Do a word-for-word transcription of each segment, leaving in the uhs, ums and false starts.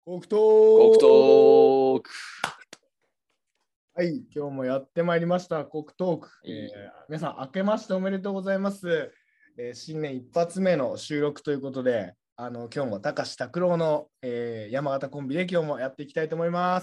コクトコクトーーク。 はい、今日もやってまいりました、コクトーク。 いいえー皆さん、明けましておめでとうございます。えー新年一発目の収録ということで、あの今日も高橋拓郎の、えー山形コンビで今日もやっていきたいと思います。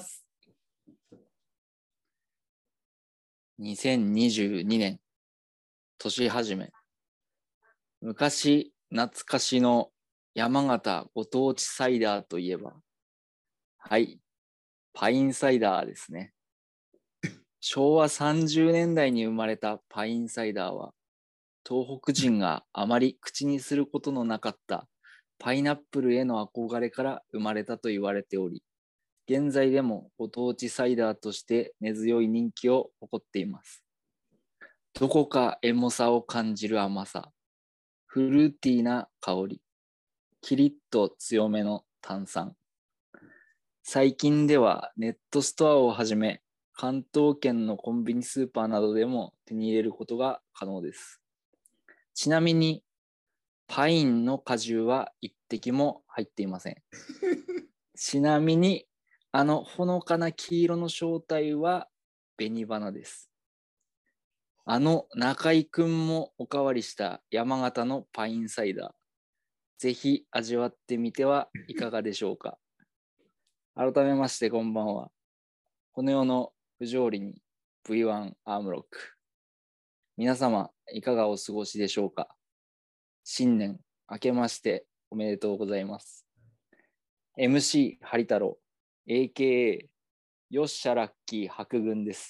にせんにじゅうにねん、年始め。昔、懐かしの山形ご当地サイダーといえば、はい、パインサイダーですね。しょうわさんじゅうねんだいに生まれたパインサイダーは、東北人があまり口にすることのなかったパイナップルへの憧れから生まれたと言われており、現在でもご当地サイダーとして根強い人気を誇っています。どこかエモさを感じる甘さ、フルーティーな香り、キリッと強めの炭酸。最近ではネットストアをはじめ、関東圏のコンビニスーパーなどでも手に入れることが可能です。ちなみに、パインの果汁は一滴も入っていません。ちなみに、あのほのかな黄色の正体は紅花です。あの中井くんもおかわりした山形のパインサイダー。ぜひ味わってみてはいかがでしょうか。改めましてこんばんは。この世の不条理に ブイワン アームロック。皆様いかがお過ごしでしょうか。新年明けましておめでとうございます。エムシー ハリ太郎 エーケーエー よっしゃラッキー白軍です。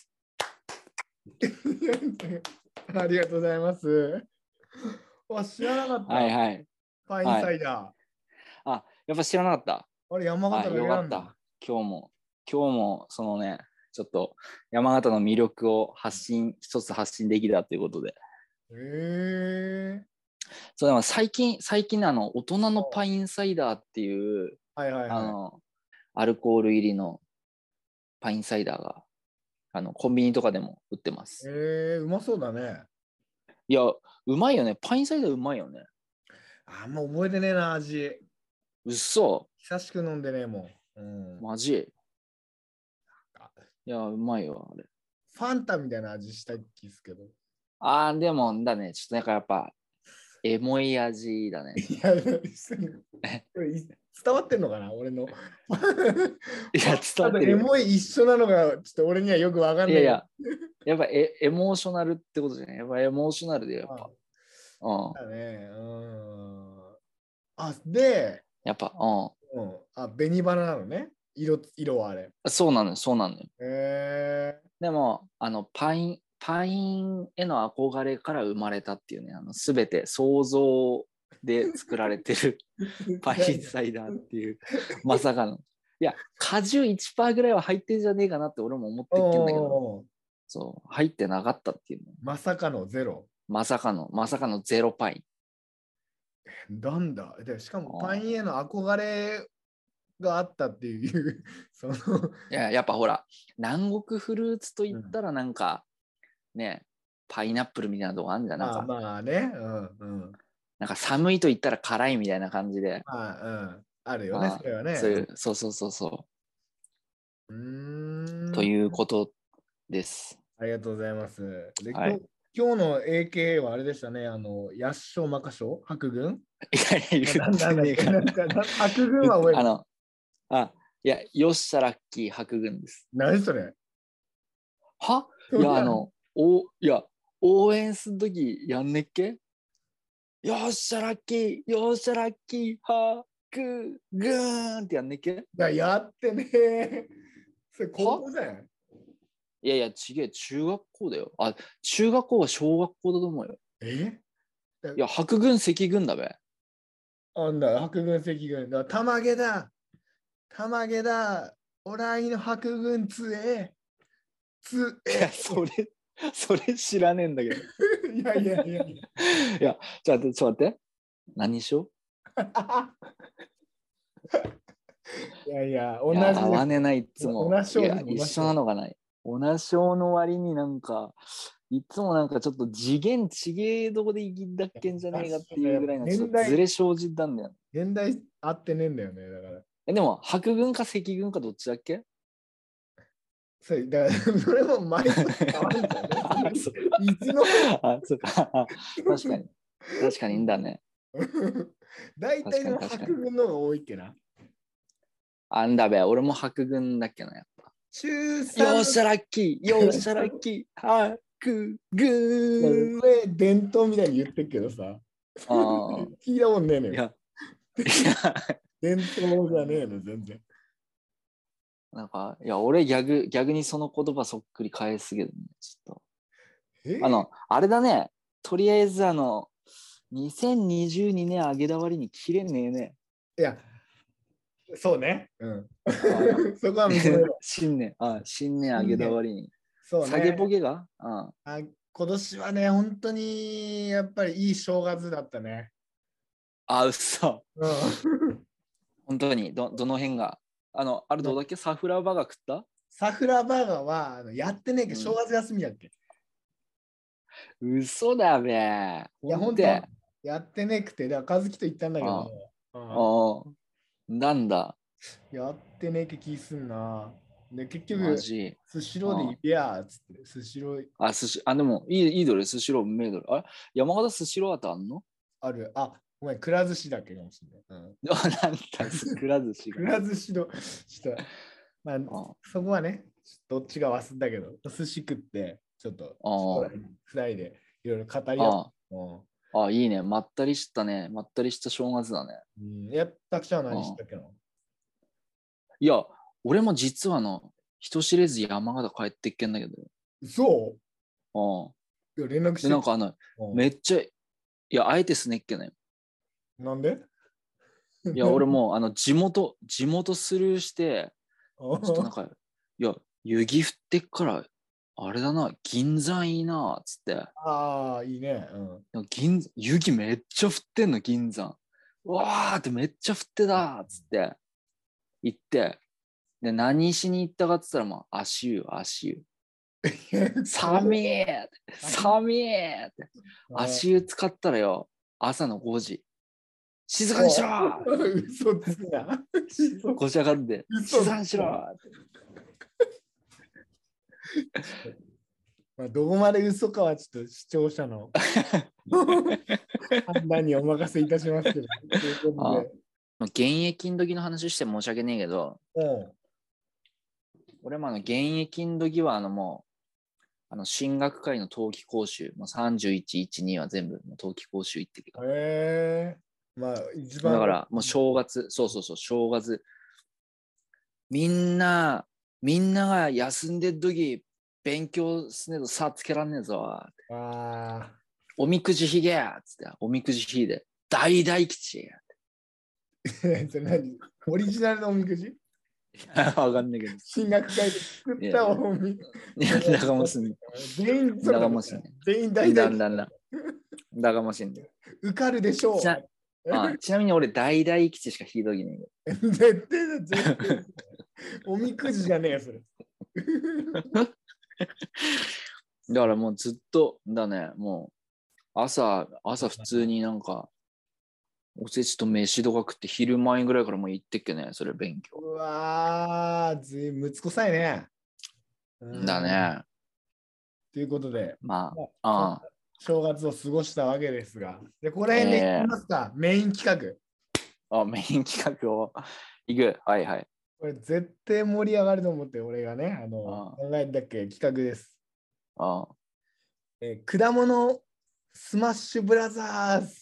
ありがとうございます。わ、知らなかった。 はいはい。 パインサイダー。 はい、あ、やっぱ知らなかった。 あれ、山形だけよなんだ。 かった。今日も、今日もそのね、ちょっと山形の魅力を発信、一つ発信できたということで。 へえ。 そう、でも最近、最近あの、大人のパインサイダーっていう、 はいはいはい。 あの、アルコール入りのパインサイダーが、あの、コンビニとかでも売ってます。 えー、うまそうだね。 いや、うまいよね。パインサイダーうまいよね。 あんま覚えてねえな、味。 うっそ。 久しく飲んでねえもん。うん、 マジ。いや、うまいよ、あれ。 ファンタみたいな味した気ですけど。 あー、でも、だね、ちょっとなんかやっぱ、エモい味だね。 いや、これ伝わってんのかな俺の。 いや、伝わってるよ。 エモい一緒なのが、ちょっと俺にはよくわかんない。 いやいや、やっぱエエモーショナルってことじゃない。やっぱエモーショナルでやっぱ。うん。 だね。うん。あ、で、 やっぱ、ううん、あ、紅花なのね。色、色はあれ。 ん。そうなのよ、そうなのよ。 へえでも、あの、パイン、パインへの憧れから生まれたっていうね、あの、すべて想像で作られてるパインサイダーっていう、まさかの。いや、果汁 いちパーセント ぐらいは入ってんじゃねえかなって俺も思ってっけんだけど、 おーそう、入ってなかったっていうね。 まさかのゼロ。 まさかの、まさかのゼロパイン。 なんだ。で、しかもパインうんへの憧れがあったっていうそのいや、やっぱほら、南国フルーツと言うんったらなんか、ね、パイナップルみたいなとこあるんじゃん。なんまあか、 まあね、うんうん。 なんか寒いと言ったら辛いみたいな感じで、 まあ、うん。あるよね、 まあ、 それはね。 そういう、そうそうそうそうう、とーん。 いうことです。 ありがとうございます。で、 はい。 今日、今日の エーケーエー はあれでしたね、あの、八章魔歌章白軍いやいや、言っななんだっけ、 てねえから。 なんか、な白軍は覚えてる。 あの、あ、いや、よっしゃ、ラッキー、白軍です。 何それはいや、あの、お、いや、応援するときやんねっけよっしゃ、ラッキー、よっしゃ、ラッキー、白軍ってやんねっけいや、やってね。それ高校は生いやいや、ちげえ、中学校だよ。あ、中学校は小学校だと思うよ。 えいや、白軍、赤軍だべ。 あんだ、白軍、赤軍。だ、玉毛だ。玉毛だ。オライの白軍つえ。ついや、 え。 それ、それ知らねえんだけど。 いやいやいやいや。 いや、ちょっと待って、ちょっと待って。何しよいやいや、 ういや、 同じです。 合わねえな、いつも。 同じいや、一緒なのがない。同じ章の割になんか、いつもなんかちょっと次元ちげえどこでいきだっけんじゃねえかっていうぐらいのちょっとずれ生じたんだよ。 現代合ってねえんだよね、だから。 えでも白軍か赤軍かどっちだっけ？ それだからそれも毎年変わるんだよね。いつのあ、そうか。あ確かに。確かにいいんだね。 大体の確かに確かに白軍の方が多いっけな。 あんだべ、俺も白軍だっけな、やっぱ。 中さんよっしゃラッキー、よっしゃラッキー、白軍。 これ伝統みたいに言ってるけどさ、 あー聞いたもんねえのよ。 いや、いや、 伝統じゃねえの、全然。 なんか、いや、俺逆、逆にその言葉そっくり返すけどね、ちょっえと。あの、あれだね、とりあえずあの、にせんにじゅうにねんあげだわりに切れねえね。 いや、そうね。うん。 あそこは認めろ。 新年、あ、新年あげだわりに。 そう下げね。 ボケがああ、今年はね、本当にやっぱりいい正月だったね。 あ、嘘。 うん。 本当に、ど、どの辺が。あの、あれどうだっけサフラバーガー食った？ サフラバーガーはあのやってねえけど、 うん正月休みだっけ、 嘘だべ。 いや、本当ほんで。 やってねえくて、だから和樹と言ったんだけど、 ああ、なんだ。 うんやってねえけ気すんな。で、結局、 マジ。 スシローでいいやっつって、スシローあ、寿司、あ、でも、いい、いいどれ、スシロー、メイドル。あれ山形スシローってあんの？ ある。あ、ごめん、くら寿司だっけかもしれない。うん、 あ、なんだ、くら寿司くが。 ら寿司の、ちょっと、まあ、 あそこはね、どっちが忘れたけど、寿司食って、ちょっと、将来ふたりでいろいろ語り合あって。うんあ、あいいね。まったりしたね。まったりした正月だね。 うん、やったくちゃんは何したっけな。 いや、俺も実はあの、人知れず山形帰ってっけんだけど。 そああういや、連絡して。 で、なんかあの、 うんめっちゃ、いや、あえてすねっけね。 なんでいや、俺もう、あの、地元、地元スルーして、ちょっとなんか、いや、雪降ってっから、あれだな、銀山いいな、つって。 ああ、いいね。うん。 銀雪めっちゃ降ってんの、銀山。うわーってめっちゃ降ってた、つって。行って、で、何しに行ったかって言ったら、まあ、足湯、足湯。寒いって寒いって足湯使ったらよ、朝のごじ。静かにしろー嘘つくな。嘘こし上がって、 嘘静かにしろーってまあ、どこまで嘘かはちょっと視聴者の判断にお任せいたしますけど。ということで。 現役の時の話して申し訳ねえけど、 うん俺もあの現役の時はあのもう、あの進学会の冬季講習、もうさんじゅういち、いち、には全部冬季講習行ってるから。 へえまあ、一番。 だからもう正月、そうそうそう、正月。みんな、みんなが休んでる時、勉強すねえと差つけらんねえぞ。 ああ。 おみくじひげやつって、おみくじひで、大大吉や。 それ何オリジナルのおみくじわかんないけど。 進学会で作ったおみくじ。 いや、だかもしんない。 全員だかもしんない。 全員大々 だんだんだん。だかもしんない。 受かるでしょう。 ちなあちなみに俺、大大吉しか引いときねえけど。 絶対だ、絶対。おみくじじゃねえよ、それ。 だからもうずっと、だね、もう、朝、朝普通になんか、おせちと飯とか食って昼前ぐらいからもう行ってっけね、それ勉強。 うわー、ずいむつこさいね。うんだね。 ということで、 ままあ、ああ、 正月を過ごしたわけですが、でここら辺でいきますか、メイン企画。 あ、メイン企画を行く。はいはい。 これ絶対盛り上がると思って、俺がね、あのあ考えたっけ企画です。 ああえー果物スマッシュブラザーズ。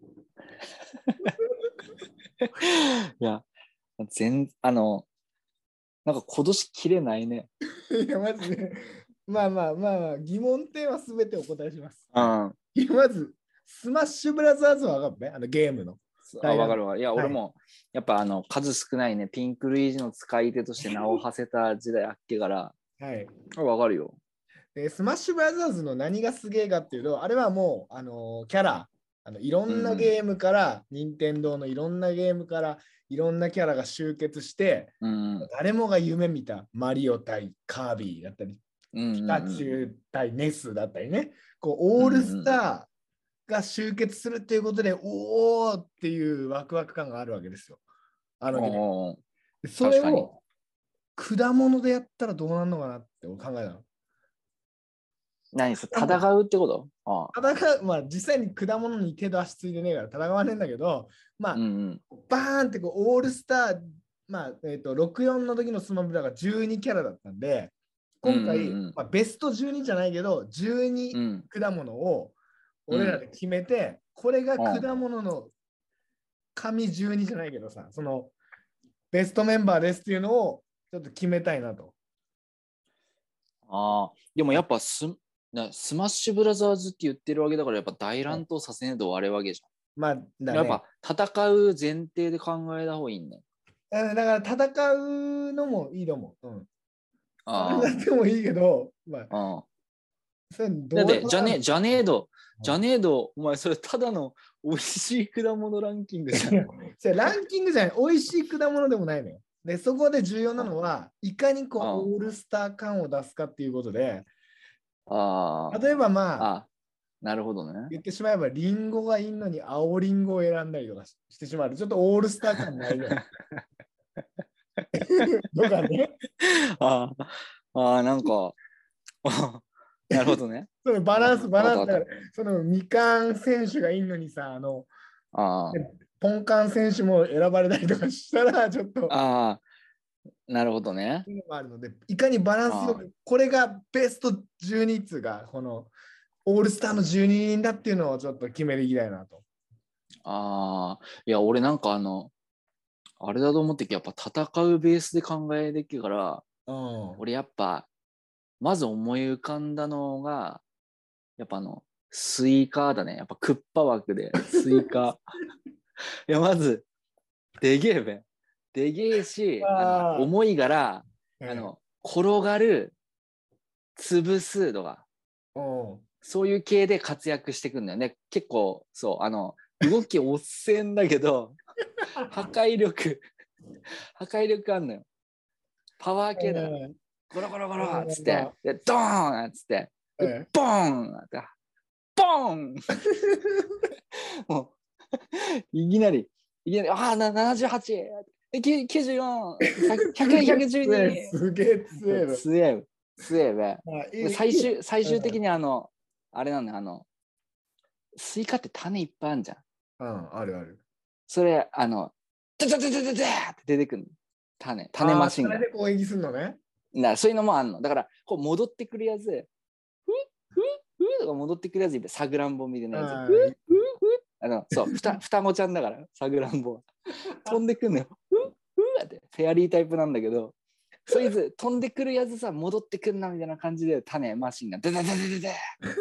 いや、全、あの、なんか今年切れないね。 いや、まずね、まあまあまあまあ、疑問点はすべてお答えします。 うん。あ、 いやまず、スマッシュブラザーズは分かったね、あのゲームの。 わかるわ。いや、 はい俺も、やっぱあの、数少ないね、ピンクルイージの使い手として名を馳せた時代あっけから、 はい。 わかるよ。 で、スマッシュブラザーズの何がすげえかっていうと、あれはもう、あのキャラ、あのいろんなゲームから、任天堂のいろんなゲームから、いろんなキャラが集結して、 うん。 誰もが夢見たマリオ対カービィだったり、 うんピカチュウ対ネスだったりね、こうオールスターが集結するっていうことで、おーっていうワクワク感があるわけですよ。あのゲーム。 おそれを果物でやったらどうなるのかなって考えたの。 何それ、戦うってこと？ああ、 戦う、まあ実際に果物に手出しついてねえから戦わねえんだけど、まあ、 うんうん、 バーンってこうオールスター、まあ、えっ、と、ろくじゅうよんの時のスマブラがじゅうにキャラだったんで、今回、 うんうんまあ、ベストじゅうにじゃないけど、じゅうにうん、 果物を俺らで決めて、これがうん、 果物の神じゅうにじゃないけどさ、そのベストメンバーですっていうのをちょっと決めたいなと。 ああ、でもやっぱスなスマッシュブラザーズって言ってるわけだから、やっぱ大乱闘させねえと終わるわけじまあ、 ゃん。 だね。 やっぱ戦う前提で考えた方がいいね。 だから戦うのもいいと思う。うん。 あ戦ってもいいけど、まあ、 あ、ああ。 それどうだってジャネ、ジャネード、 うんジャネード、お前それただの美味しい果物ランキングじゃん。 じゃあランキングじゃない、美味しい果物でもないのよ。で、そこで重要なのは、いかにこう、 うんオールスター感を出すかっていうことで、 あ例えばまあ、 あ、 あ、なるほどね。 言ってしまえば、リンゴがいいのに青リンゴを選んだりとかししてしまう。ちょっとオールスター感ないのよ。とかね。 ああ、ああ、なんか、なるほどね。 そのバランス、バランスだからわかったわかっ、 そのみかん選手がいいのにさ、あの、 た。ああ、 ポンカン選手も選ばれたりとかしたら、ちょっと、 ああ、なるほどね。 いうのもあるので、いかにバランスよあく、これがベストじゅうに通が、このオールスターのじゅうににんだっていうのをちょっと決めていきたいなと。 あ、ああ、いや、俺なんかあの、あれだと思ってきやっぱ戦うベースで考えできるから、 うん。 俺やっぱ、まず思い浮かんだのが、やっぱあの、スイカだね。やっぱクッパ枠で、スイカ。いや、まず、でげえべ。でげえし、あの、 あ重いから、 あ、 あの、転がる、潰すとか、 うん。 そういう系で活躍してくんだよね。結構、そう、あの、動きおっせんだけど、破壊力、破壊力あんのよ。パワー系だから。ゴロゴロゴロっつって、で、ドーンっつって、でボーンって、ボーンもう、いきなり、いきなり、ああ、なななじゅうはち、えきゅうじゅうよん、ひゃく、ひゃくじゅうに。 すげえ強いの。 強え、強えべ。 あいい最終、最終的にあの、あれなんだよ、あの、スイカって種いっぱいあるじゃん。 うん、あるある。 それ、あの、ドドドドドドって出てくるの。種、種マシンが。 あーそれで攻撃するのね。 なそういうのもあんの。だから、こう戻ってくるやつ、ふっふっふっとか戻ってくるやついて、さぐらんぼみたいなやつ。 あーふっふっふっあの、そう、ふた双子ちゃんだから、さぐらんぼは。飛んでくんのよ。ふっふっって、フェアリータイプなんだけど、そいつ飛んでくるやつさ、戻ってくんなみたいな感じで、種マシンが、デデデデデデ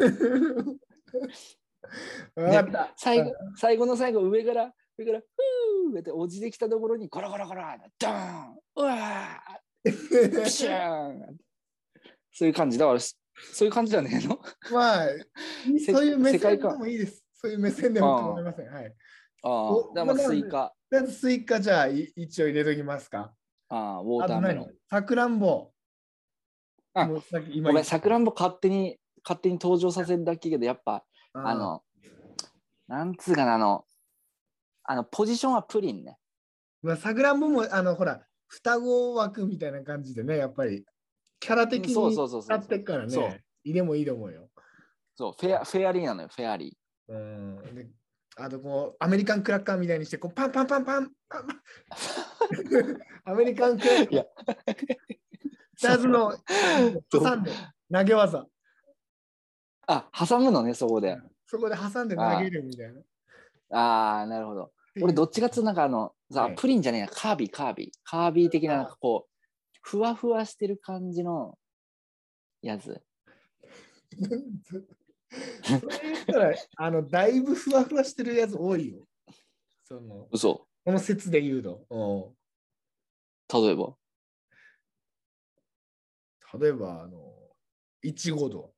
わかった。 最後、最後の最後、上から、上から、ふーって落ちてきたところに、ゴロゴロゴロ、ドーンうわープシューンそういう感じだから、そういう感じだねえのまあ、そういう目線で世界観もいいです。そういう目線でも構いません。はい。 ああ、だからまあスイカ、 とりあえずスイカじゃあい一応入れときますか。 ああ、ウォーあと何ターメロン。 さくらんぼ。 あもうさっき今ごめん、 言ったさくらんぼ勝手に、勝手に登場させるだけけど、やっぱ、 ああの、なんつうかな、あの、あの、ポジションはプリンね。 まあ、さくらんぼも、あの、ほら、双子枠みたいな感じでね、やっぱり、キャラ的そうにそうそうそう使ってっからそうね、入れもいいと思うよ。 そう、フェア、フェアリーなのよ、フェアリー。 うん。であと、こう、アメリカンクラッカーみたいにして、こう、パンパンパンパン、パンパンアメリカンクラッカー。 いや、 ふたつの挟んで、投げ技。 あ、挟むのね、そこで。 そこで挟んで投げるみたいな。 ああ、なるほど。俺、どっちかっていうと、なんかあの、さ、 はいプリンじゃねえや、カービィ、カービィ。カービィ的な、なんかこう、ふわふわしてる感じのやつ。 それ言ったら、あの、だいぶふわふわしてるやつ多いよ。その、 嘘。 この説で言うと。うん例えば。 例えば、あの、いちご度。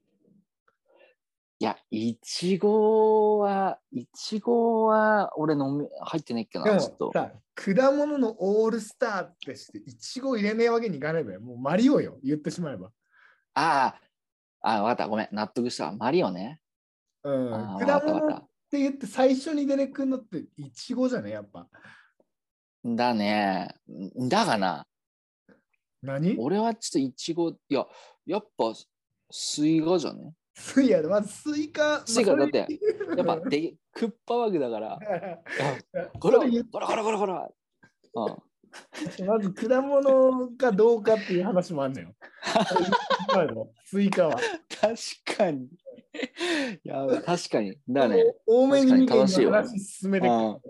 いや、いちごは、いちごは、俺飲み、入ってないっけな、 でもちょっと。 さ、果物のオールスターってして、いちご入れねえわけにいかないべ。もうマリオよ、言ってしまえば。 ああ、ああ、わかった。ごめん。納得した。マリオね。 うん。 ああ、わ果かったわか物っった。 て言って最初に出てくるのっていちごじゃねやっぱ。 だね。だがな。 何俺はちょっといちご、いや、やっぱスイガじゃねスイヤまずスイカ。 スイカだって、 まあ、 やっぱでクッパワグだから、これ、 それ言っこらこらこらこら。うんまず果物かどうかっていう話もあるのよ。スイカは。 確かに。いや、確かに。だね。 多めに見て確かに正しいわ話進めてくる。 あ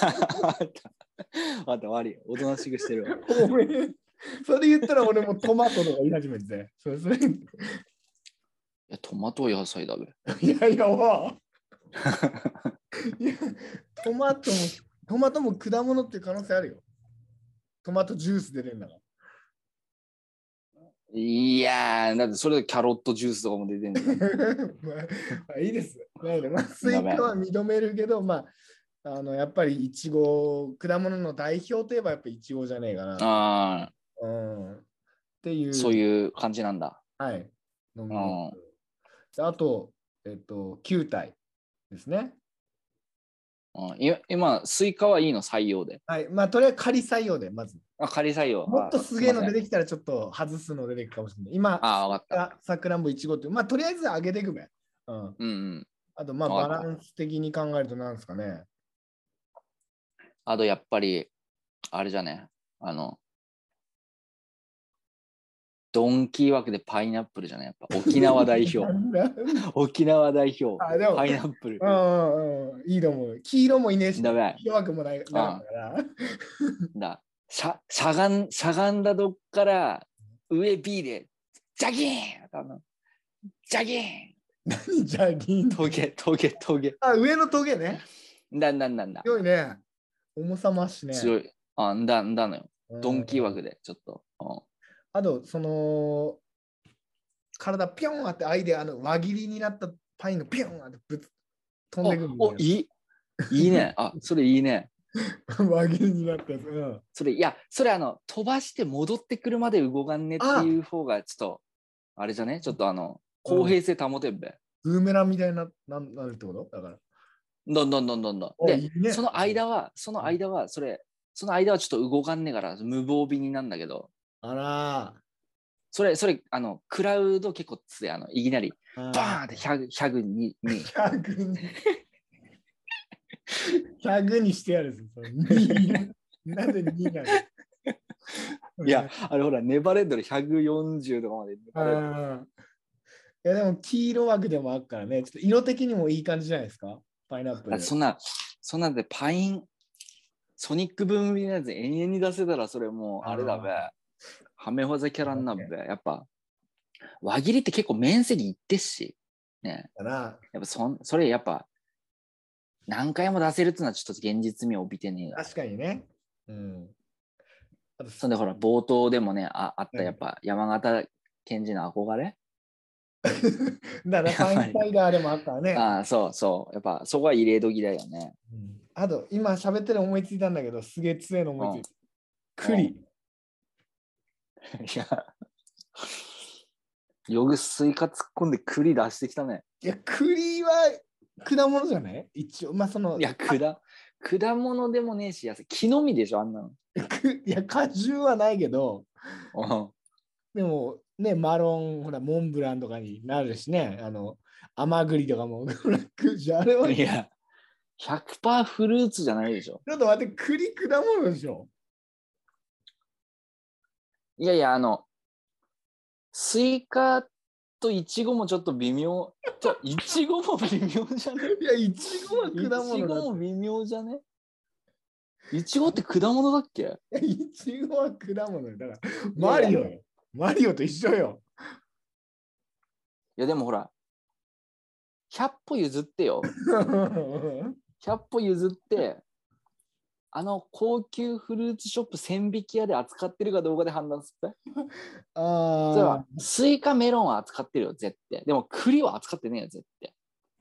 った、悪い。おとなしくしてるわ。 多めにそれ言ったら俺もトマトとか言い始めてて。それそれいやトマトは野菜だべ。 やいや、わいやトマトも、トマトも果物っていう可能性あるよ。トマトジュース出るんだから。 いやー、だってそれでキャロットジュースとかも出てんだよ。 まあ、まあいいです。なので、まあ、スイカは認めるけど、まあ、あのやっぱりいちご、果物の代表といえばやっぱりいちごじゃねえかな。 あうん、っていう。 そういう感じなんだ。 はい。飲みうん物であと、えっと、きゅう体ですね。 うん、いや今、スイカはいいの採用で。 はい。まあ、とりあえず仮採用で、まず。 あ、仮採用。 もっとすげえのあすいません出てきたら、ちょっと外すの出てくるかもしれない。今、 あ、わかった。 さくらんぼいちごって、まあ、とりあえず上げていくべ。うん。 うんうん。 あと、まあ、 わかったバランス的に考えると、なんですかね。 あと、やっぱり、あれじゃね。あの、ドンキー枠でパイナップルじゃない。やっぱ沖縄代表。沖縄代表。 あでもパイナップル。 うんうん、いいと思う。黄色もいねえし、 ダメ弱くもないなかったから。 だ。しゃ、しゃがん、しゃがんだどっから上 B で、ジャギーンあのジャギーン何じゃあ銀トゲ、トゲ、トゲ。 あ、上のトゲね。 だんだんだんだ。 強いね。重さ増しね。 強い。あ、んだんだのよ。 うんドンキー枠で、ちょっと。うんあと、その、体ピョンあって、アイデア、あの輪切りになったパインがピョンあってぶつ飛んでくるんだよ。 お、いい。いいね。あ、それいいね。 輪切りになったやつ。うん、 それ、いや、それあの、飛ばして戻ってくるまで動かんねっていう方が、ちょっと、あれじゃねちょっとあの、公平性保てんべ。 ブーメランみたいになななるってことだから。 どんどんどんどんどん。で、 おいいねその間は、その間は、それ、その間はちょっと動かんねえから、無防備になんだけど、 あらそれ、それ、あの、クラウド結構つで、あの、いきなり、 ー。 バーンってひゃく、ひゃくに、に、 ひゃくに。ひゃくにしてやるんですよ。そのになんでになのいや、あれほら、ネバレッドでひゃくよんじゅうとかまで。 あーいやでも黄色枠でもあるからね、ちょっと色的にもいい感じじゃないですか、パイナップル。 だってそんな、そんなんでパイン、ソニックブームみたいなやつ延々に出せたら、それもう、あれだべ。はめ技キャラになるべ。やっぱ、輪切りって結構面積いってっし。ね。 だな。 やっぱそん、それやっぱ、何回も出せるっていうのはちょっと現実味を帯びてねえよ。 確かにね。うん。あとそんでほら、冒頭でもね、ああったやっぱ山形県人の憧れだからパインサイダーでもあったらね。 ああ、そうそう。やっぱそこは異例時だよね。 うんあと、今喋ってる思いついたんだけど、すげえ強いの思いついた。 うん栗。 いや、よくスイカ突っ込んで栗出してきたね。 いや、栗は果物じゃない一応、まあその、 いや、果果物でもねえし、や木の実でしょ、あんなの。 くいや、果汁はないけど、 うんでもね、マロン、ほら、モンブランとかになるしね、あの、甘栗とかも、ほらくじあれは、ちいや、ひゃくパーセントフルーツじゃないでしょ。 ょっと待って、栗果物でしょ。 いやいや、あの、スイカとイチゴもちょっと微妙。ちょ、イチゴも微妙じゃねいや、いちごはイ果チ物だゴも微妙じゃねイチゴって果物だっけって。いちごは果物よだから、マリオよ。マリオと一緒よ。 いやでもほら、ひゃっぽ譲ってよ。ひゃっぽ譲って、あの高級フルーツショップ千匹屋で扱ってるかどうかで判断するって。それあはスイカメロンは扱ってるよ、絶対。でも栗は扱ってねえよ、絶対。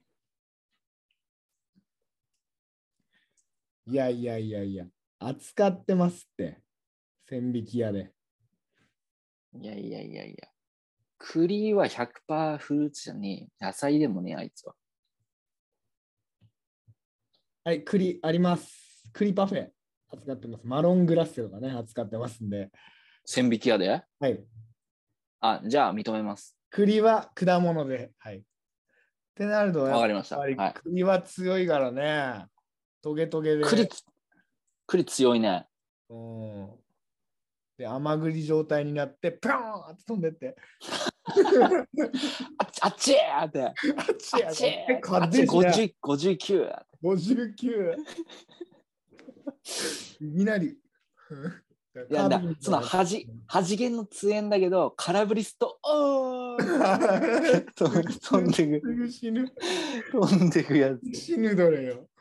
いやいやいやいや、扱ってますって。千匹屋で。 いやいやいやいや。栗は ひゃくパーセント フルーツじゃねえ。野菜でもねえ、あいつは。 はい、栗あります。栗パフェ。 扱ってます。マロングラッセとかね、扱ってますんで。 千匹屋ではい。 あ、じゃあ認めます。 栗は果物で。はい。ってなると、やっわかりました。 ぱりはい。 栗は強いからね。トゲトゲ栗で。、 栗強いね。 うん。で、甘栗状態になって、ピョーンって飛んでって。 あっちあっちーって。 あっちや、 あっちー結構あっち派手しな。 ごじゅう、ごじゅうきゅう。 ごじゅうきゅう。いきなり。 いやだ、そのは端、端弦の強いんだけど、空振りすと、おー飛んでく。 すぐ死ぬ。 飛んでくやつ。 死ぬどれよ。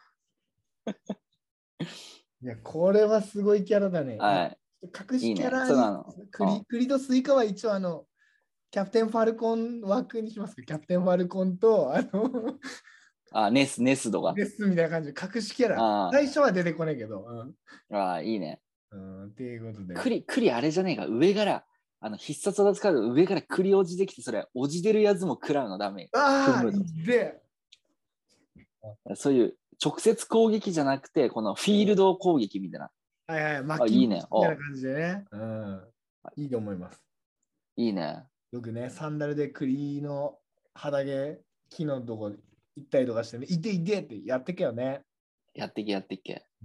いや、これはすごいキャラだね。 はい。 隠しキャラにいいねそうなの栗、 うん栗とスイカは一応あの、キャプテンファルコン枠にしますか。キャプテンファルコンと、あの、 あ、ネス、ネスドが。 デスみたいな感じで隠しキャラ。 あ最初は出てこないけど。うんあ、いいね。 うん、っていうことで。 栗、栗あれじゃねえか。上から、あの必殺技使うと上から栗落ちてきて、それ、落ちてるやつも食らうのダメ。 ああ、 踏むのいで。 そういう直接攻撃じゃなくて、このフィールド攻撃みたいな。 はいはい、巻あ、 きいいね。 みたいなあ、 感じでね。うん。いいと思います。 いいね。 よくね、サンダルで栗の肌毛、木のとこ行ったりとかしてね、いていてってやってけよね。 やってけ、やってけ。 うん。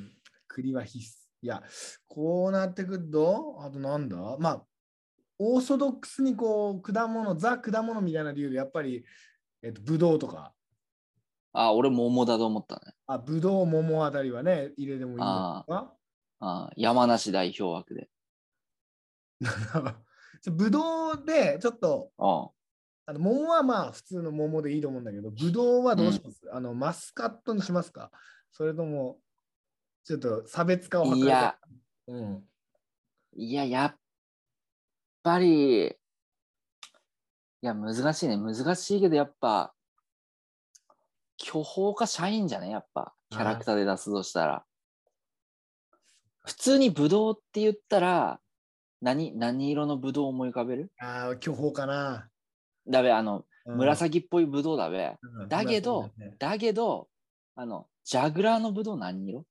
栗は必須。いや、こうなってくると、あとなんだまあ、オーソドックスにこう、果物、ザ果物みたいな理由で、やっぱり、えっと、ブドウとか、 あ、俺桃だと思ったね。 あ、ブドウ、桃あたりはね、入れてもいいのあかあ、山梨代表枠で。 ブドウで、ちょっと、 ああの桃はまあ普通の桃でいいと思うんだけど、ブドウはどうします、うん、あのマスカットにしますかそれとも、ちょっと差別化を図るか。 いや、 うん、 いや、やっぱり、いや、難しいね。難しいけど、やっぱ、巨峰か社員じゃねやっぱ、キャラクターで出すとしたら。普通にブドウって言ったら、何、何色のブドウを思い浮かべるああ、巨峰かな。 だべ、あの、 うん、 紫っぽいブドウだべ。 うん、 だけど、 ね、 だけど、あの、ジャグラーのブドウ何色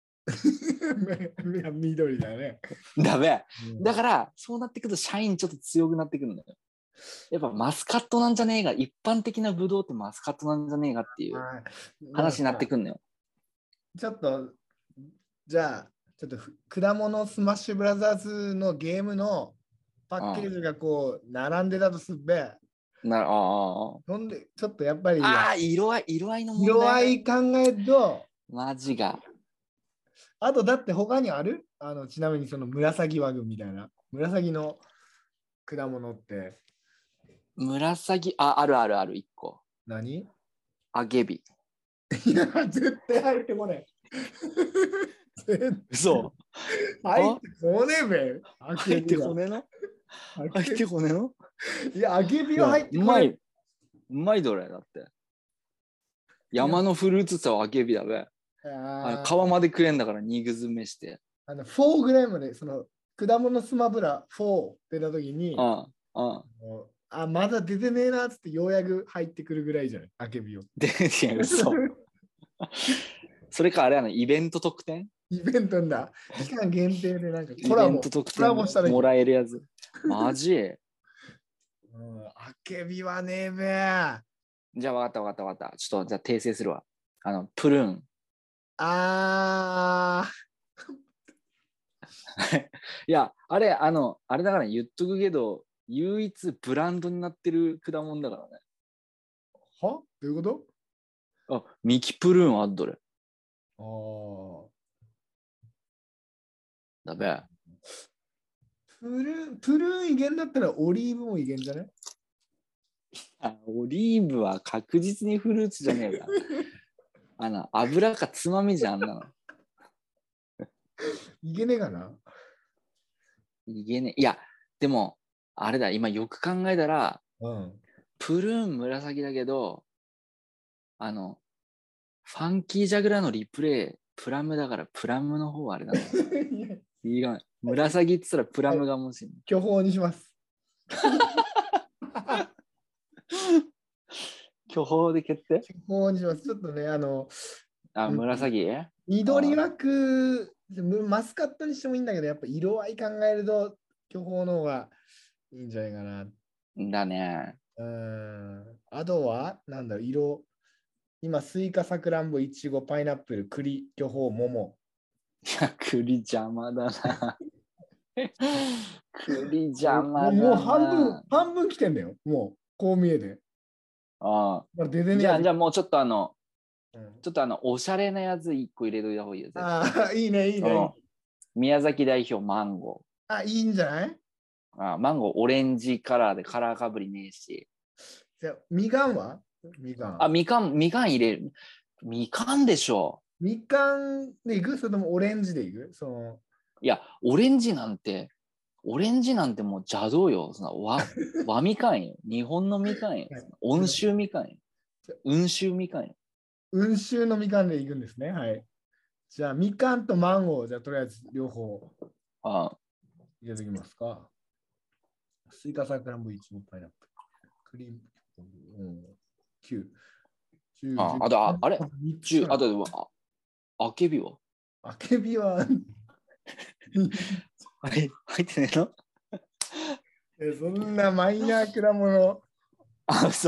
緑だね。 だべ。 うん、 だから、そうなってくると、シャインちょっと強くなってくるんだよ。やっぱマスカットなんじゃねえが、一般的なブドウってマスカットなんじゃねえがっていう話になってくんのよ。 ちょっと、じゃあ、ちょっと果物スマッシュブラザーズのゲームのパッケージがこう並んでたとすっべ。 なああ。 ほんで、ちょっとやっぱり。 ああ、色合い、色合いの問題。色合い考えると。 マジが。 あと、だって他にあるあのちなみにその紫ワグみたいな。紫の果物って。 紫、あ、あるあるある、一個。 何あげび。 いや、絶対入ってこない。 嘘入ってこねえべ。 入ってこねえの入ってこねえのいや、あげびは入ってこない。うまい。うまいどれだって。山のフルーツさはあげびだべ。あ皮まで食えんだから肉詰めして。 あのフォーぐらいまで、その果物スマブラフォー出たときに、 あああ、まだ出てねえなっつってようやく入ってくるぐらいじゃないあけびを。 で、いや、嘘。それかあれやな、イベント特典イベントんだ。期間限定でなんかコラボ。イベント特典もらえるやつ。マジうん、あけびはねえべ。 じゃあ分かった分かった分かった。ちょっとじゃあ訂正するわ。あの、プルーン。 あー。いや、あれ、あの、あれだから言っとくけど、唯一ブランドになってる果物だからね。 はどういうことあ、ミキプルーンあっどれ。 ああ。 だべ。 プルーン、プルーンいけんだったらオリーブもいけんじゃねあオリーブは確実にフルーツじゃねえか。あの、油かつまみじゃんなの。 いけねえかないけねえ。いや、でも、あれだ、今よく考えたら、 うん、 プルーン紫だけど、あの、ファンキージャグラーのリプレイ、プラムだから、プラムの方はあれだな。いいが紫って言ったらプラムがもし、はい、 巨峰にします。 巨峰で決定巨峰にします。ちょっとね、あの、 あ、紫緑枠マスカットにしてもいいんだけど、やっぱ色合い考えると巨峰の方がいいんじゃないかな。 だね。 うん。あとは、なんだろう、色。今、スイカ、さくらんぼ、いちご、パイナップル、栗、巨峰、桃。 いや、栗邪魔だな。栗邪もう、 魔だもう半分、 な。 半分来てんだよ。もう、こう見えて。 あまだ出てあ。じゃあ、 ねえやつ。 じゃあもうちょっとあの、 うん、 ちょっとあの、おしゃれなやつ一個入れといた方がいいよ、絶対。 ああ、いいね、いいね。いいその、宮崎代表マンゴあ、いいんじゃない？ ー。ああ、マンゴーオレンジカラーでカラーかぶりねえし。 じゃあ、みかんはみかあ、 ん。 みかん、みかん入れる。みかんでしょ。 みかんでいく？それともオレンジでいく？そのいや、オレンジなんて、オレンジなんてもう邪道よ。その和和みかんよ。日本のみかんよ。 はい、 温州みかんよじゃ。 温州みかんよ。 温州のみかんでいくんですね。はい。じゃあ、みかんとマンゴー、じゃあ、とりあえず両方ああ、 入れときますか。スイカ、さくらんぼ、いちご、パイナップル。クリーム、うん、きゅう、じゅう、 ああ、あと、ああれみっつじゅう、 しかない。 あとでも、あ、あけびはあけびはあれ入ってねえの？ えそんなマイナー果物。 あ、そう。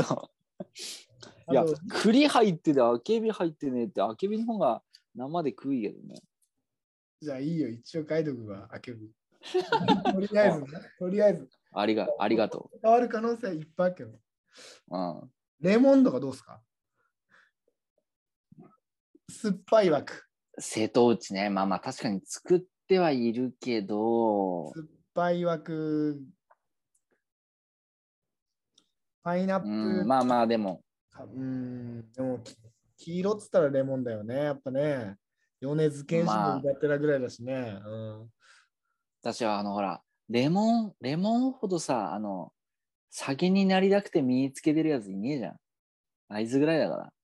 いや、 あと、 栗入ってて、あけび入ってねえって、あけびの方が生で食いけどね。 じゃあいいよ、一応書いとくわ、あけび。とりあえずね、とりあえず。 ありが、ありがと変わる可能性はいっぱいあるけど。 う。うん。 レモンとかどうすか？酸っぱい枠。 瀬戸内ね。まあまあ、確かに作ってはいるけど、 酸っぱい枠。パイナッうプルん、まあまあ、でも、 か。うん、でも、き黄色っつったらレモンだよね。やっぱね。米津玄師のまあ、 歌ってたぐらいだしね。うん。 私はあの、ほら、レモン、レモンほどさ、あの、酒になりたくて身につけてるやついねえじゃん。あいつぐらいだから。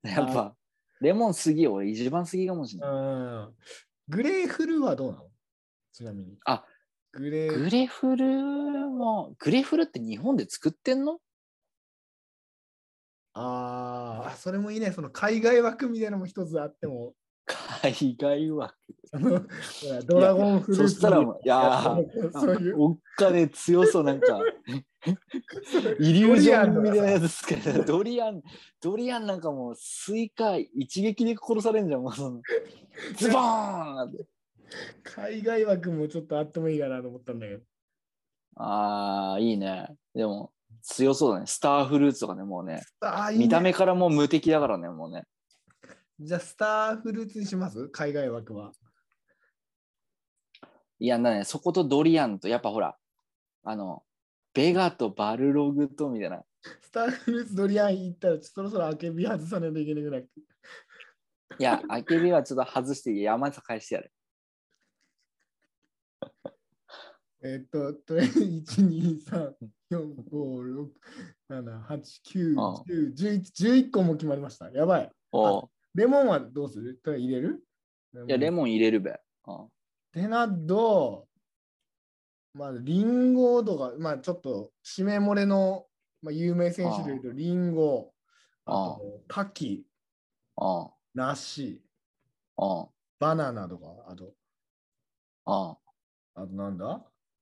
やっあ、 ぱ、レモンすぎよ。俺一番すぎかもしれない。 うん。グレーフルはどうなの？ちなみに。 あ、 グレー、 グレフルも、グレフルって日本で作ってんの？ ああ、それもいいね。その海外枠みたいなのも一つあっても、 海外枠。 あのほらドいや、 ラゴンフルーツそしたらもう、いやー、 そういう、 おっかね強そうなんか、イリュージョンみたいなやつですけど、ドリアン、ドリアンなんかもうスイカ一撃で殺されんじゃん、もうその、ズボーンって。 海外枠もちょっとあってもいいかなと思ったんだけど。 ああ、いいね。でも、強そうだね。スターフルーツとかね、もうね。 ああ、いい見た目ね。 からもう無敵だからね、もうね。 じゃあ、スターフルーツにします？海外枠は。 いや、なね、そことドリアンと、やっぱほら、あの、ベガとバルログとみたいな。 スターフルーツドリアン行ったら、そろそろあけび外さないといけないぐらい。 いや、あけびはちょっと外して山下返してやる。 えっと、とりあえずいち、に、さん、よん、ご、ろく、なな、はち、きゅう、じゅう、じゅういち、じゅういっこも決まりました。やばい。 おうレモンはどうする？と入れる？ いや、レン。 モン入れるべ。うんてなど、まあ、リンゴとか、まあ、ちょっと、締め漏れの、まあ、有名選手でいうと、リンゴ、あと、カキ、 うん梨、 うんバナナとか、あと、 うんあとなんだ？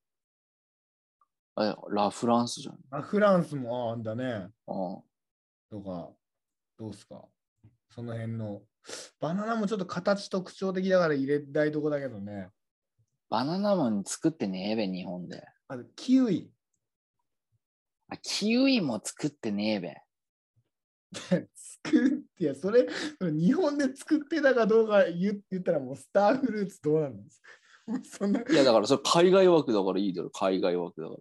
え、ラ・フランスじゃん。 あ、フランスもあんだね。 うんとか、どうすか？その辺の。バナナもちょっと形特徴的だから入れたいとこだけどね。 バナナマン作ってねえべ、日本で。 あと、キウイ。 あ、キウイも作ってねえべ。 作って、いや、それ、日本で作ってたかどうか言言ったらもうスターフルーツどうなんですか？もうそんな。いいや、だからそれ海外枠だからいいだろ、海外枠だから。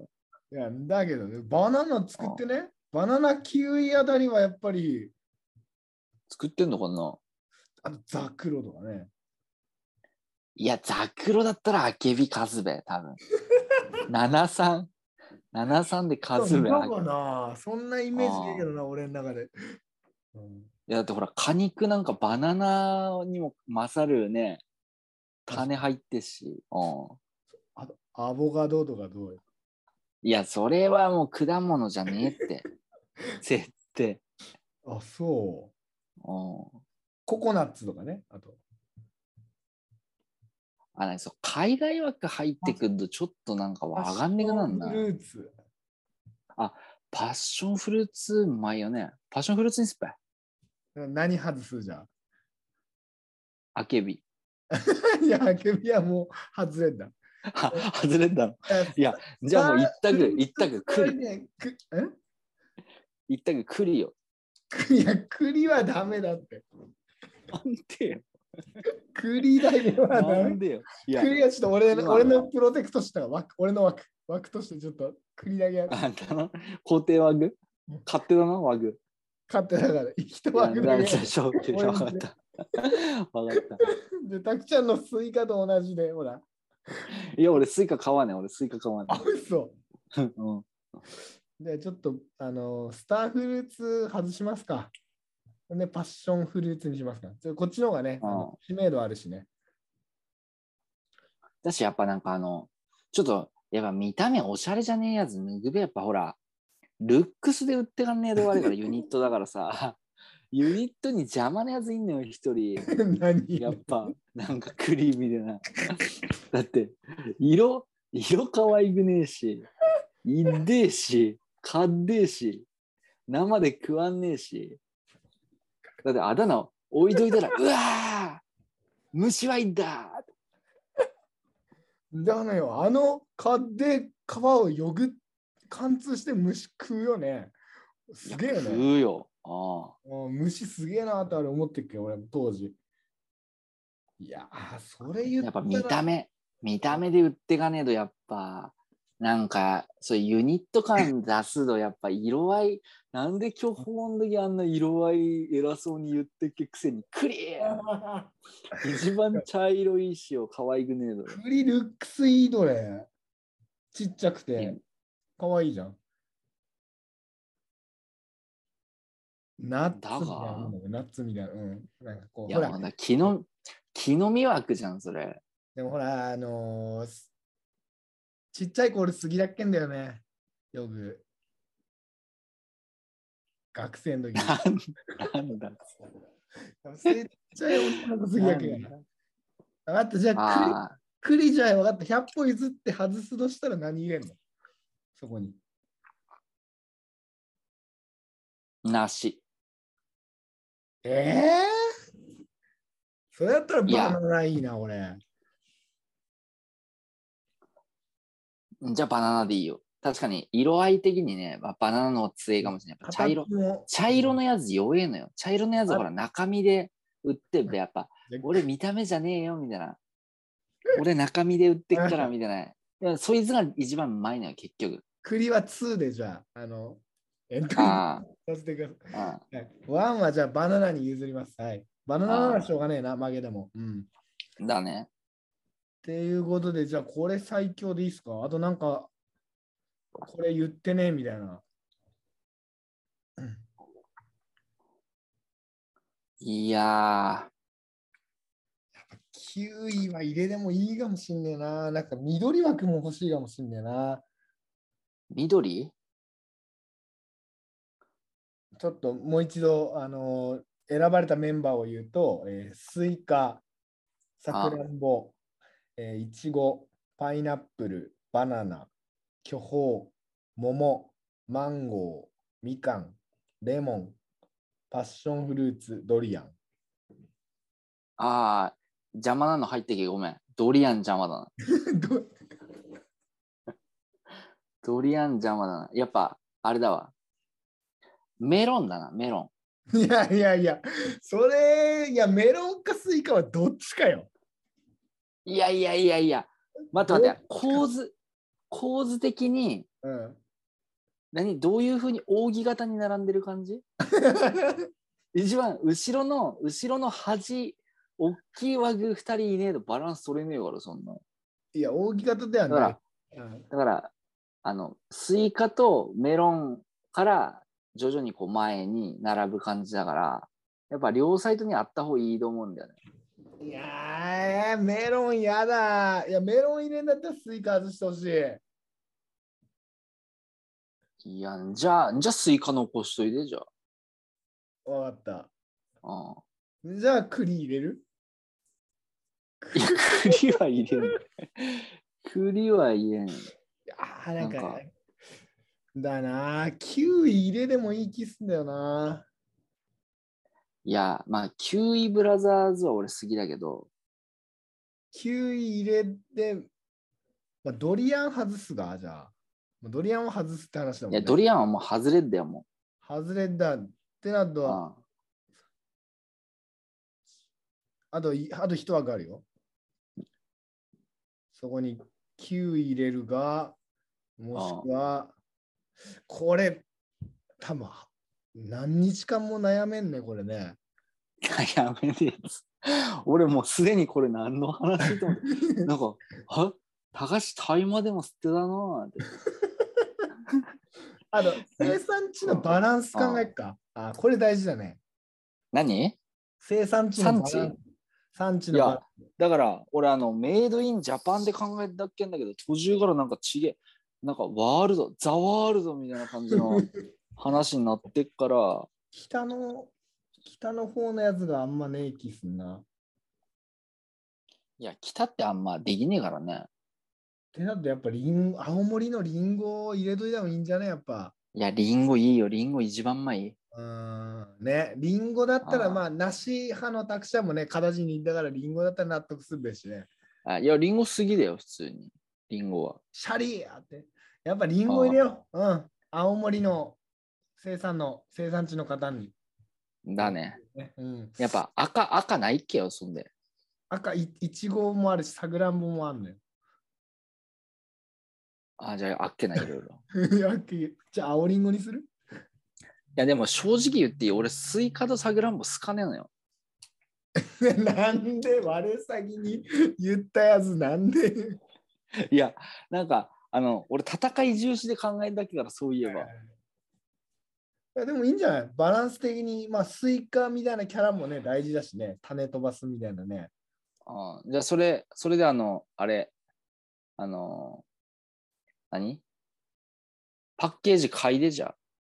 や、だけどね、バナナ作ってね、バナナキウイあたりはやっぱり、 作ってんのかな？ あとザクロとかね。 いや、ザクロだったらアケビカズベ、多分。ななさん。ななさんでカズベ。 どいうかな？そんなイメージねえけどな、俺の中で。うん、 や、だってほら、果肉なんかバナナにも勝るね、種入ってし。うんあと、アボカドとかどうよ。 いや、それはもう果物じゃねえって。絶対。 あ、そう。 うんココナッツとかね。あと。 あ、なにそう、海外枠入ってくるとちょっとなんかわかんねくなんな。 フルーツ。 あ、パッションフルーツうまいよね。パッションフルーツにすっぺ。 何外すじゃん。 あけび。 いや、あけびはもう外れんだ。 外れたの。いや、じゃあもう一択、一択、栗。 ね、く一択、栗よ。 いや、栗はダメだって。 なんでよ。 栗だけはダメ。 なんでよ。いや、 栗はちょっと俺今俺のプロテクトした枠、俺の枠、枠としてちょっと栗だけやる。 あんたの肯定ワグ勝手だな、ワグ。 勝手だから、一いや、 枠だけやる。 じゃあしょうわかった。わかった。 で、たくちゃんのスイカと同じで、ほら。 いや、俺スイカ買わねえ。俺スイカ買わねあ、嘘。 え。うん。 で、ちょっと、あの、スターフルーツ外しますか。で、パッションフルーツにしますか。ちょこっちの方がね、あの知名度あるしね。 だし、やっぱなんかあの、ちょっと、やっぱ見た目おしゃれじゃねえやつ脱ぐべ、やっぱほら、ルックスで売ってかんねえとこあるから、ユニットだからさ、ユニットに邪魔なやついんのよ、一人。 何やっぱ、なんかクリーミーでな。だって、色、色可愛くねえし、いってえし、かっでえし、生で食わんねえし。だってあだ名置いといたら、うわー虫はいんだだのよ、あの蚊で皮をよぐ貫通して虫食うよね。すげえよ食ね。 うよ。ああ。 うん虫すげえなってあれ思ってっけど、俺も当時。いやー、それ言ったら。 やっぱ見た目、見た目で売ってかねえと、やっぱ、なんか、そういうユニット感出すと、やっぱ色合い、なんで巨峰の時あんな色合い偉そうに言ってけくせに、クリア一番茶色い石を可愛くねえぞ。 クリルックスいいどれ。ちっちゃくて、かわいいじゃん。ナッツみたいなもんだよ。ナッツみたいな。うん。なんかこう、 いや、 ほら。 まだ木の、木の実枠じゃん、それ。 でもほら、あのーちっちゃい子俺好きだっけんだよね。よく。学生の時。 なんなんだ。 ちっちゃい女の子好きだっけん。 なんだ分かった。じゃあ、クリああ、 クリじゃあ分かった。ひゃっぽ譲って外すとしたら何入れんのそこに。 梨。 ええー、それだったらいやバナナいいな、俺。 じゃあバナナでいいよ。確かに色合い的にね、まあ、バナナの方が強いかもしれない。茶色。茶色のやつ弱えのよ。茶色のやつはほら中身で売ってべ、やっぱ俺見た目じゃねえよみたいな。俺中身で売ってっからみたいな。いやそいつが一番うまいのよ、結局。 栗はにでじゃあ、あの、エントリーあさせてくだあ、あさい。はい、ワンはじゃあバナナに譲ります。はい。バナナなあらしょうがねえな、曲げでも。うん。っだね。 ていうことで、じゃあこれ最強でいいっすか？あとなんか、これ言ってねみたいな。 いやキウイは入れでもいいかもしんねえな。なんか緑枠も欲しいかもしんねえな。 ー、緑ちょっともう一度、あのー選ばれたメンバーを言うと、えースイカ、さくらんぼ、えーいちご、パイナップル、バナナ、巨峰、桃、マンゴー、みかん、レモン、パッションフルーツ、ドリアン。 ああ、邪魔なの入ってけ、ごめん。ドリアン邪魔だな。 どドリアン邪魔だな。やっぱ、あれだわ。メロンだな、メロいやいやいや、それ、いや、メロンかスイカはどっちかよ。 ン。いやいやいやいや。待って待って、構図、構図的に、 うん、 何どういうふうに扇形に並んでる感じ一番後ろの、後ろの端、大きいワグふたりいねえとバランス取れねえから、そんな。 いや、扇形ではだからない。、うん、 だから、あの、スイカとメロンから徐々にこう前に並ぶ感じだから、やっぱ両サイドにあった方がいいと思うんだよね。 いやー、メロンやだ。いや、メロン入れんだったらスイカ外してほしい。 いや、じゃあ、じゃあスイカ残しといて、じゃあ。 わかった。 あじゃあ、栗入れるいや、栗は入れん。栗は入れん。 ああ、なんか、 なんかだな。キウイ入れでもいい気すんだよな。 いや、まあ、キウイブラザーズは俺好きだけど、 キウイ入れで、まあ、ドリアン外すが、じゃあ。ドリアンを外すって話だいや、 もんね。 ドリアンはもう外れんだよ、も外れだってなるう。 と、 ああと、いあと一枠あるよ。そこにキウイ入れるが、もしくは、これ、多分何日間も悩めんね、これね。 いや、やめてやつ。俺もうすでにこれ何の話と思って。なんか、あ高橋大麻でも吸ってたなーって。 あと、生産地のバランス考えっか。あ、これ大事だね。 何生産地のバランス。産地のバランス。 いや、だから俺あの、メイドインジャパンで考えたっけんだけど、途中からなんかちげ、なんかワールド、ザワールドみたいな感じの話になってっから、 北の、北の方のやつがあんまねえ気すんな。 いや、北ってあんまできねえからね。 ってなるとやっぱリン青森のリンゴを入れといた方がいいんじゃねやっぱ。 いや、リンゴいいよ、リンゴ一番前いい。 うーんね、リンゴだったらあまあ、梨派の作者もね、形にいたからリンゴだったら納得するべしね。 あいや、リンゴ好きだよ、普通に。リンゴは。 シャリーって。やっぱリンゴ入れよう。うん。青森の生産の、生産地の方に。 だね。 ねうん、 やっぱ赤、赤ないっけよ、そんで。 赤い、いちごもあるし、さくらんぼもあるのよ。 あ、じゃあ、あっけない、いろいろ。 いやじゃあ、青リンゴにするいや、でも正直言っていい、俺、スイカとサクランボ好かねえのよ。 なんで我先に言ったやつなんでいや、なんか、あの、俺、戦い重視で考えたけから、そういえば。 いやでもいいんじゃないバランス的に、まあ、スイカみたいなキャラもね、大事だしね、種飛ばすみたいなね。 あじゃあ、それ、それで、あの、あれ、あの、何パッケージ買いでじゃあ。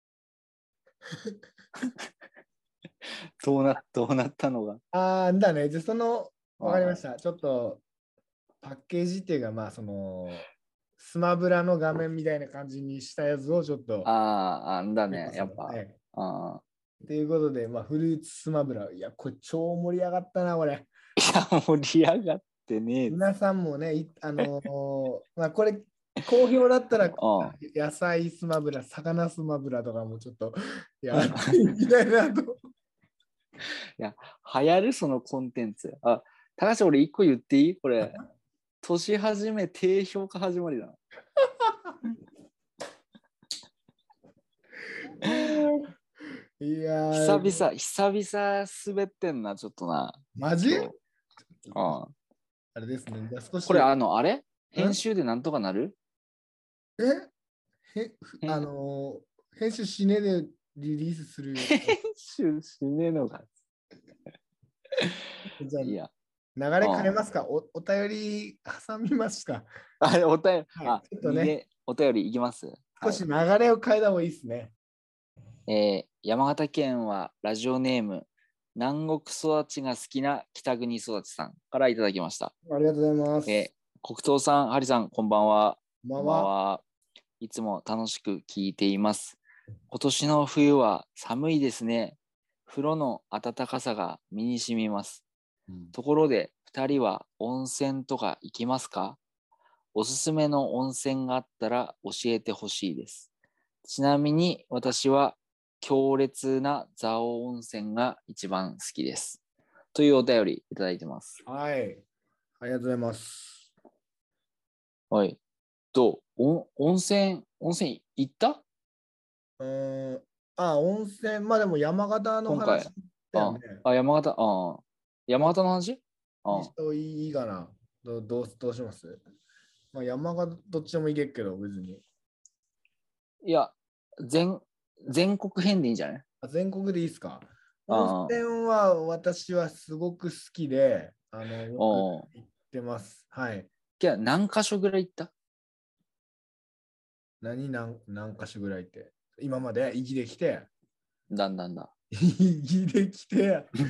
どうな、どうなったのが。 ああ、だね。じゃあ、その、わかりましあた。ちょっと、パッケージっていうか、まあ、その、スマブラの画面みたいな感じにしたやつをちょっと、 あ、あんだね、やっぱ。 はい。 あということで、まあ、フルーツスマブラ。いや、これ超盛り上がったな、これ。 いや、盛り上がってねえ。 皆さんもね、いあのーまあ、これ、好評だったら、 あ野菜スマブラ、魚スマブラとかもちょっとやっていきたいなと。 いや、流行るそのコンテンツ。あ、高橋、俺一個言っていいこれ、年始め低評価始まりだな。 いや久ー、 々、久々滑ってんな、ちょっとな。 マジ今日ああれですね。じゃあ少し。 これ、あの、あれん編集でなんとかなるえへ編あのー編集しねえでリリースする。 編集しねえのか。 じゃいや、 あ、流れ変えますかおお便り挟みますかあれ、お便り、 はいあ、 ちょっとね逃げお便りいきます。 少し流れを変えた方がいいですね。 えー山形県はラジオネーム南国育ちが好きな北国育ちさんからいただきました。 ありがとうございます。 えー黒糖さん、ハリさん、こんばんは。 こんばんは。 いつも楽しく聞いています。今年の冬は寒いですね。風呂の暖かさが身に染みます。 うんところで、ふたりは温泉とか行きますか？おすすめの温泉があったら教えてほしいです。ちなみに私は強烈な蔵王温泉が一番好きです。というお便りいただいてます。 はい。ありがとうございます。 はい。どうお温泉、温泉行った？ うーん。あ、温泉。まあでも山形の今回話だよね。 あ、あ山形、あ山形の話あいいかなどどうどうしますまあ山形どっちでもいいけど別に。 いや、全、全国編でいいんじゃない？ あ全国でいいですかあ温泉は私はすごく好きで、あの、よくお行ってます。はい。 じゃあ何箇所ぐらい行った？ 何何何箇所ぐらいって。今まで生きてきて、 だんだんだ。 生きてきて、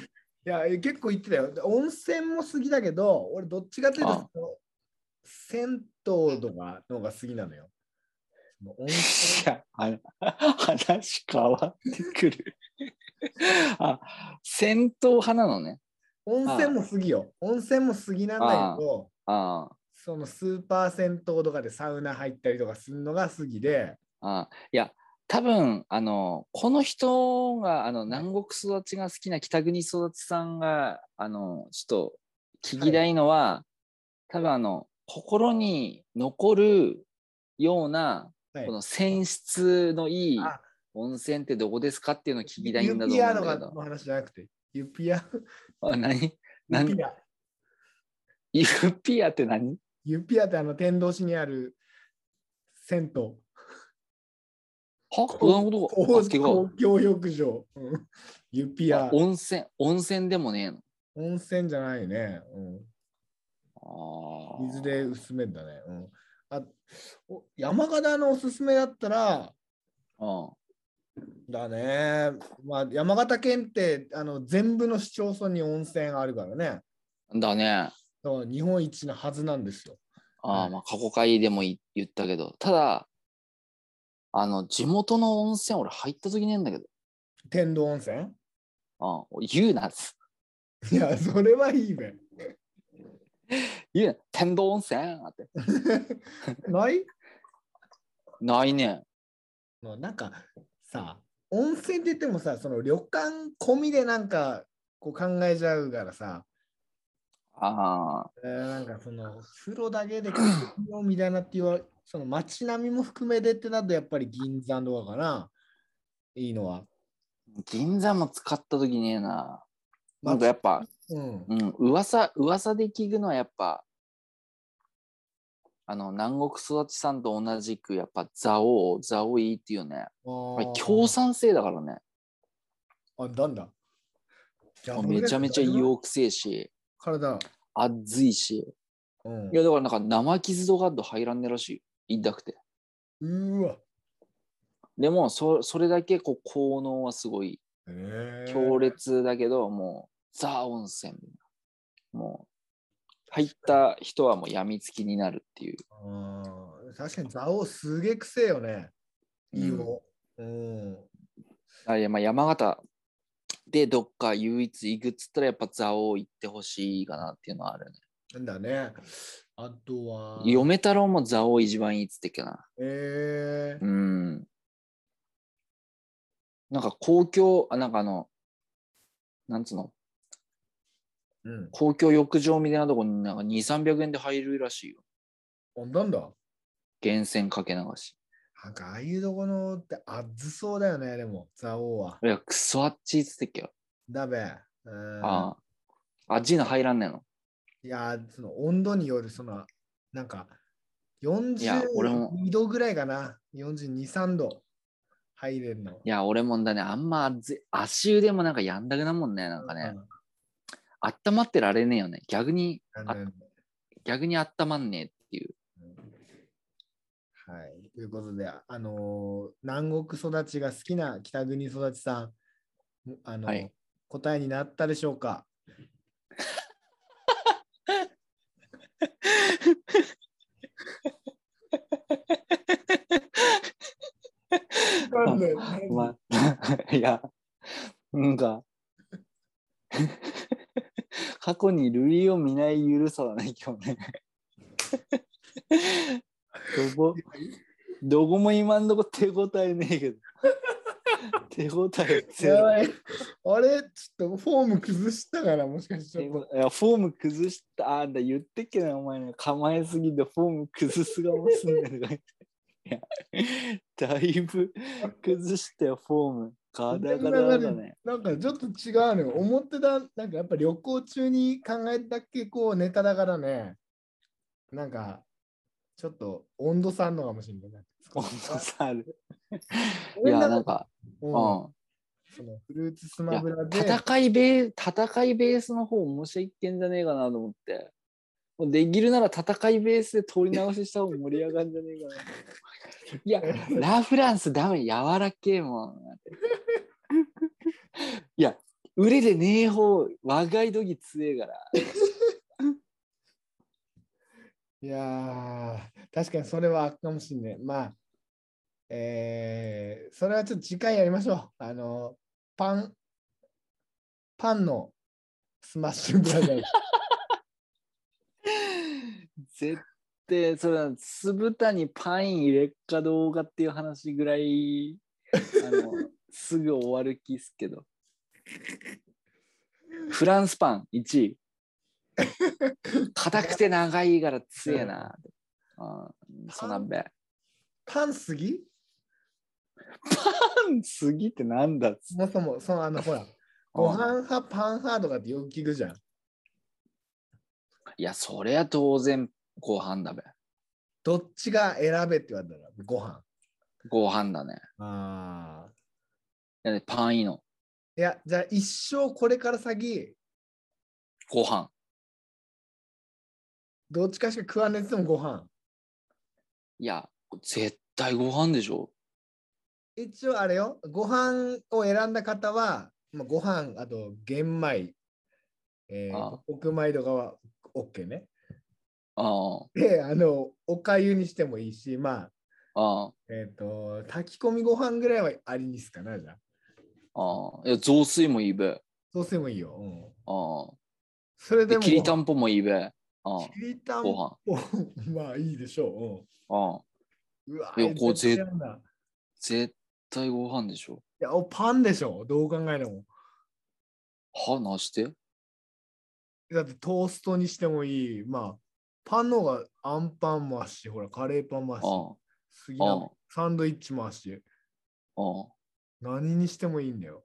や、結構行ってたよ。温泉も好きだけど、俺どっちかというあと、銭湯とかのが好きなのよ。温い泉や、あの話変わってくる。あ、銭湯派なのね。 温泉も好きよ。温泉も好きなんだけあど、 あ、あそのスーパー銭湯とかでサウナ入ったりとかするのが好きで、 あ、いや、多分あのこの人があのはい南国育ちが好きな北国育ちさんがあのちょっと聞はいきたいのは、多分あの心に残るようなはいこの泉質のいいあ、 温泉ってどこですかっていうのを聞きたいんユだとピアとか思うんだけど。 の話じゃなくて、ユピア、 あ、何何ユピア、 ユピアって何？ ユピアってあの天童市にある銭湯。 は公なるほど。 公あ、違う。 公共浴場。うんユピあ、 ア。 温泉、温泉でもねえの。 温泉じゃないね。うんあ水で薄めんだね。うん、あお山形のおすすめだったら、 あ。 だね。まあ、山形県ってあの全部の市町村に温泉あるからね。 だね。 だから日本一なはずなんですよ。 ああ、 はいまあ過去回でもい言ったけど、ただ、あの、地元の温泉俺入った時ねえんだけど、 天童温泉ああ、言うなっつ。 いや、それはいいべ。 言うな、天童温泉あって。 ないないね。 まあなんかさ、温泉って言ってもさ、その旅館込みでなんかこう考えちゃうからさ、 ああ、 えーなんかその風呂だけで来るよみたいなって言わその街並みも含めてってなるとやっぱり銀山とかかな、いいのは。 銀座も使った時ねえな。なんか街やっぱ、 うんうん、噂、噂で聞くのはやっぱ、あの、南国育ちさんと同じく、やっぱ、蔵王、蔵王いいっていうね。 ああれ、強酸性だからね。 あ、なんだ。じゃあ、 めちゃめちゃ大丈夫硫黄臭いし、 体。 熱いし。 うんいや、だからなんか生傷とかと入らんねらしいよ。痛くて。 うーわ。 でも、そそれだけこう効能はすごいへえ強烈だけど、もう、ザ温泉。もう、入った人はもう病みつきになるっていう。 あー確かに蔵王すげえくせえよね。いいよ。うん。 あいやまあ山形でどっか唯一行くっつったらやっぱ蔵王行ってほしいかなっていうのはあるね。 なんだね。あとは。 嫁太郎も蔵王一番いいっつってっけな。 えーう、ん。なんか公共、あ、なんかあの、なんつうの、 うん。 公共浴場みたいなとこになんかに、さんびゃくえんで入るらしいよ。 あなんだ源泉かけ流し。 なんかああいうとこのって熱そうだよね、でも、蔵王は。 いや、クソあっちいっつってっけよ。 だべ。うんああ。あっちの入らんねんの。 いや、その温度による、その、なんか、 いや、俺も、 よんじゅうにどぐらいかな。よんじゅうに、さんど入れるの。 いや、俺もんだね、あんま熱い、足湯でもなんかやんだくなもんね、なんかね。 うん温まってられねえよね。逆に、あうん逆に温まんねえっていう。 はい。ということで、あのー南国育ちが好きな北国育ちさん、あのーはい答えになったでしょうか。なんで、なんでまあ、いや、なんか、過去に類を見ない緩さだね、今日ね。どこ、どこも今んとこ手応えねえけど。手応えゼロ。 やばい。あれ、ちょっとフォーム崩したから、もしかしてちょっと。 いや、フォーム崩した。あんだ、言ってっけな、お前ね。構えすぎてフォーム崩すがもすんねんとか言って。いや、だいぶ崩したよ、フォーム。ガダガダだね。 なんかちょっと違うのよ。思ってた、なんかやっぱ旅行中に考えたっけこうネタだからね、なんかちょっと温度差あんのかもしれない。 温度差ある。 いいや、なんか、 う、 うんん。 そのフルーツスいやマブラで、 戦いベー戦いベースの方面白いけんじゃねえかなと思って。もうできるなら戦いベースで取り直しした方が盛り上がるんじゃねえかな。いや、ラ・フランスダメ、柔らけえもん。いや、 売れでねえ方、和がいどぎ強えから。 いやー、確かにそれはあるかもしんない。まあ、えー、それはちょっと次回やりましょう。あの、パン、パンのスマッシュブラザーズ。 絶対、それは酢豚にパン入れっかどうかっていう話ぐらい、あの、すぐ終わる気っすけど。フランスパンいちい。硬くて長いから強えな。あそなべ。 パンすぎパンすぎってなんだっつそもそも、そのあの、ほら、ご飯派、パン派とかってよく聞くじゃん。 いや、それは当然ご飯だべ。 どっちが選べって言われたら、ご飯。 ご飯だね。 ああ。 いやパンいいの。 いや、じゃあ一生これから先、 ご飯。 どっちかしか食わねえってもご飯。 いや、絶対ご飯でしょ。 一応あれよ、ご飯を選んだ方は、まあ、ご飯、あと玄米、えー、 あ黒米とかは OK ね。 あで、あの、おかゆにしてもいいし、まあ、 ああえっ、と、炊き込みご飯ぐらいはありにすかな、じゃあ。 ああ。いや、雑炊もいいべ。 そうしてもいいよ。うん、 ああ。で、 それでも、 きりたんぽもいいべ。ああ。 きりたんごぽ、まあいいでしょ飯。ああ。 う。うん、うわいや、こう絶対ぜやんだ。 絶対ご飯でしょ。 いや、おパンでしょ、どう考えても。 はなしてだってトーストにしてもいい。まあ、パンの方がアンパンもあるし、ほら、カレーパンもあるし、 あ杉並サンドイッチもあるし、 あ。ああ。 何にしてもいいんだよ。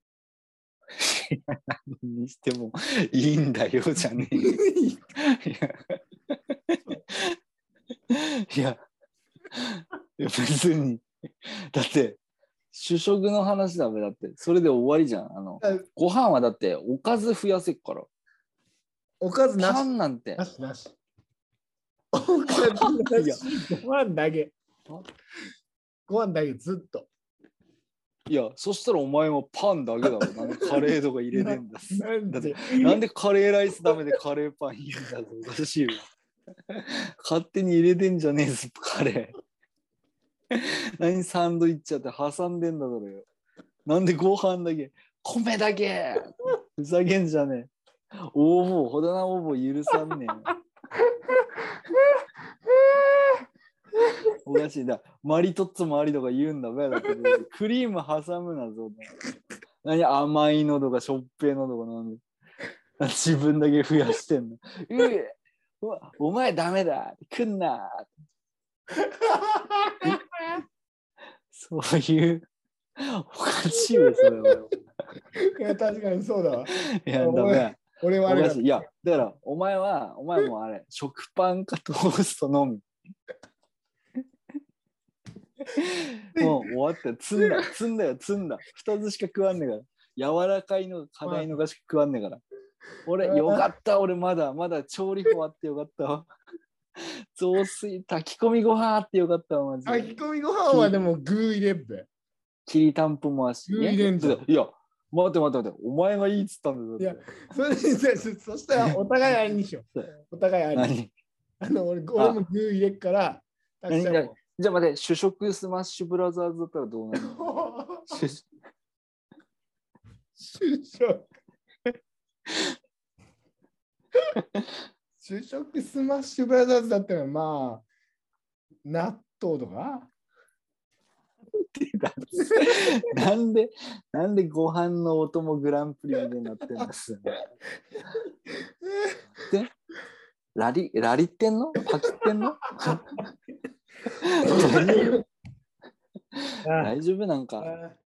何にしてもいいんだよじゃねえ。いや、いや、別に。だって、主食の話だべ。だって、それで終わりじゃん。あの、ご飯はだって、おかず増やせっから。 おかずなし。 パンなんて。 なしなし。おかずなし。ご飯だけ。ご飯だけずっと。 いや、そしたらお前もパンだけだろ。なんでカレーとか入れてんだ。 なんだってでなんでカレーライスダメでカレーパンいいんだぞ。おかしいよ。勝手に入れてんじゃねえぞ、カレー。何サンドイッチやって挟んでんだろよ。なんでご飯だけ、米だけふざけんじゃねえ。応募、ほだな応募許さんねえ。おかしいだ。マリトッツォもありとか言うんだべ。だってクリーム挟むなぞ。何甘いのとかしょっぺいのとかなんで自分だけ増やしてんの。うえお前ダメだ来んな。そういうおかしいよそれは。 いや確かにそうだわ。 いやダメ。 俺はあれだ。 いやだからお前はお前もあれ食パンかトーストのみ。もう終わったよ。積んだ積んだよ積んだ。二つしか食わんねえから。柔らかいの課題のがしか食わんねえから。俺よかった俺まだまだ調理法あってよかったわ。雑炊炊き込みご飯あってよかったわマジで。 炊き込みご飯はでも具入れっべ。 きりたんぽもあし。 具入れんじゃん。 いや待って待って待って、お前がいいっつったんだよ。 いや、それでそしたらお互いありにしよう。お互いあり。あの俺俺も具入れっから。 何じゃあ待って、主食スマッシュブラザーズだったらどうなるの？主食。主食スマッシュブラザーズだったらまあ納豆とかなんでなんでご飯のお供グランプリみたいになってんですでラリラリってんのパキってんの大丈夫なんか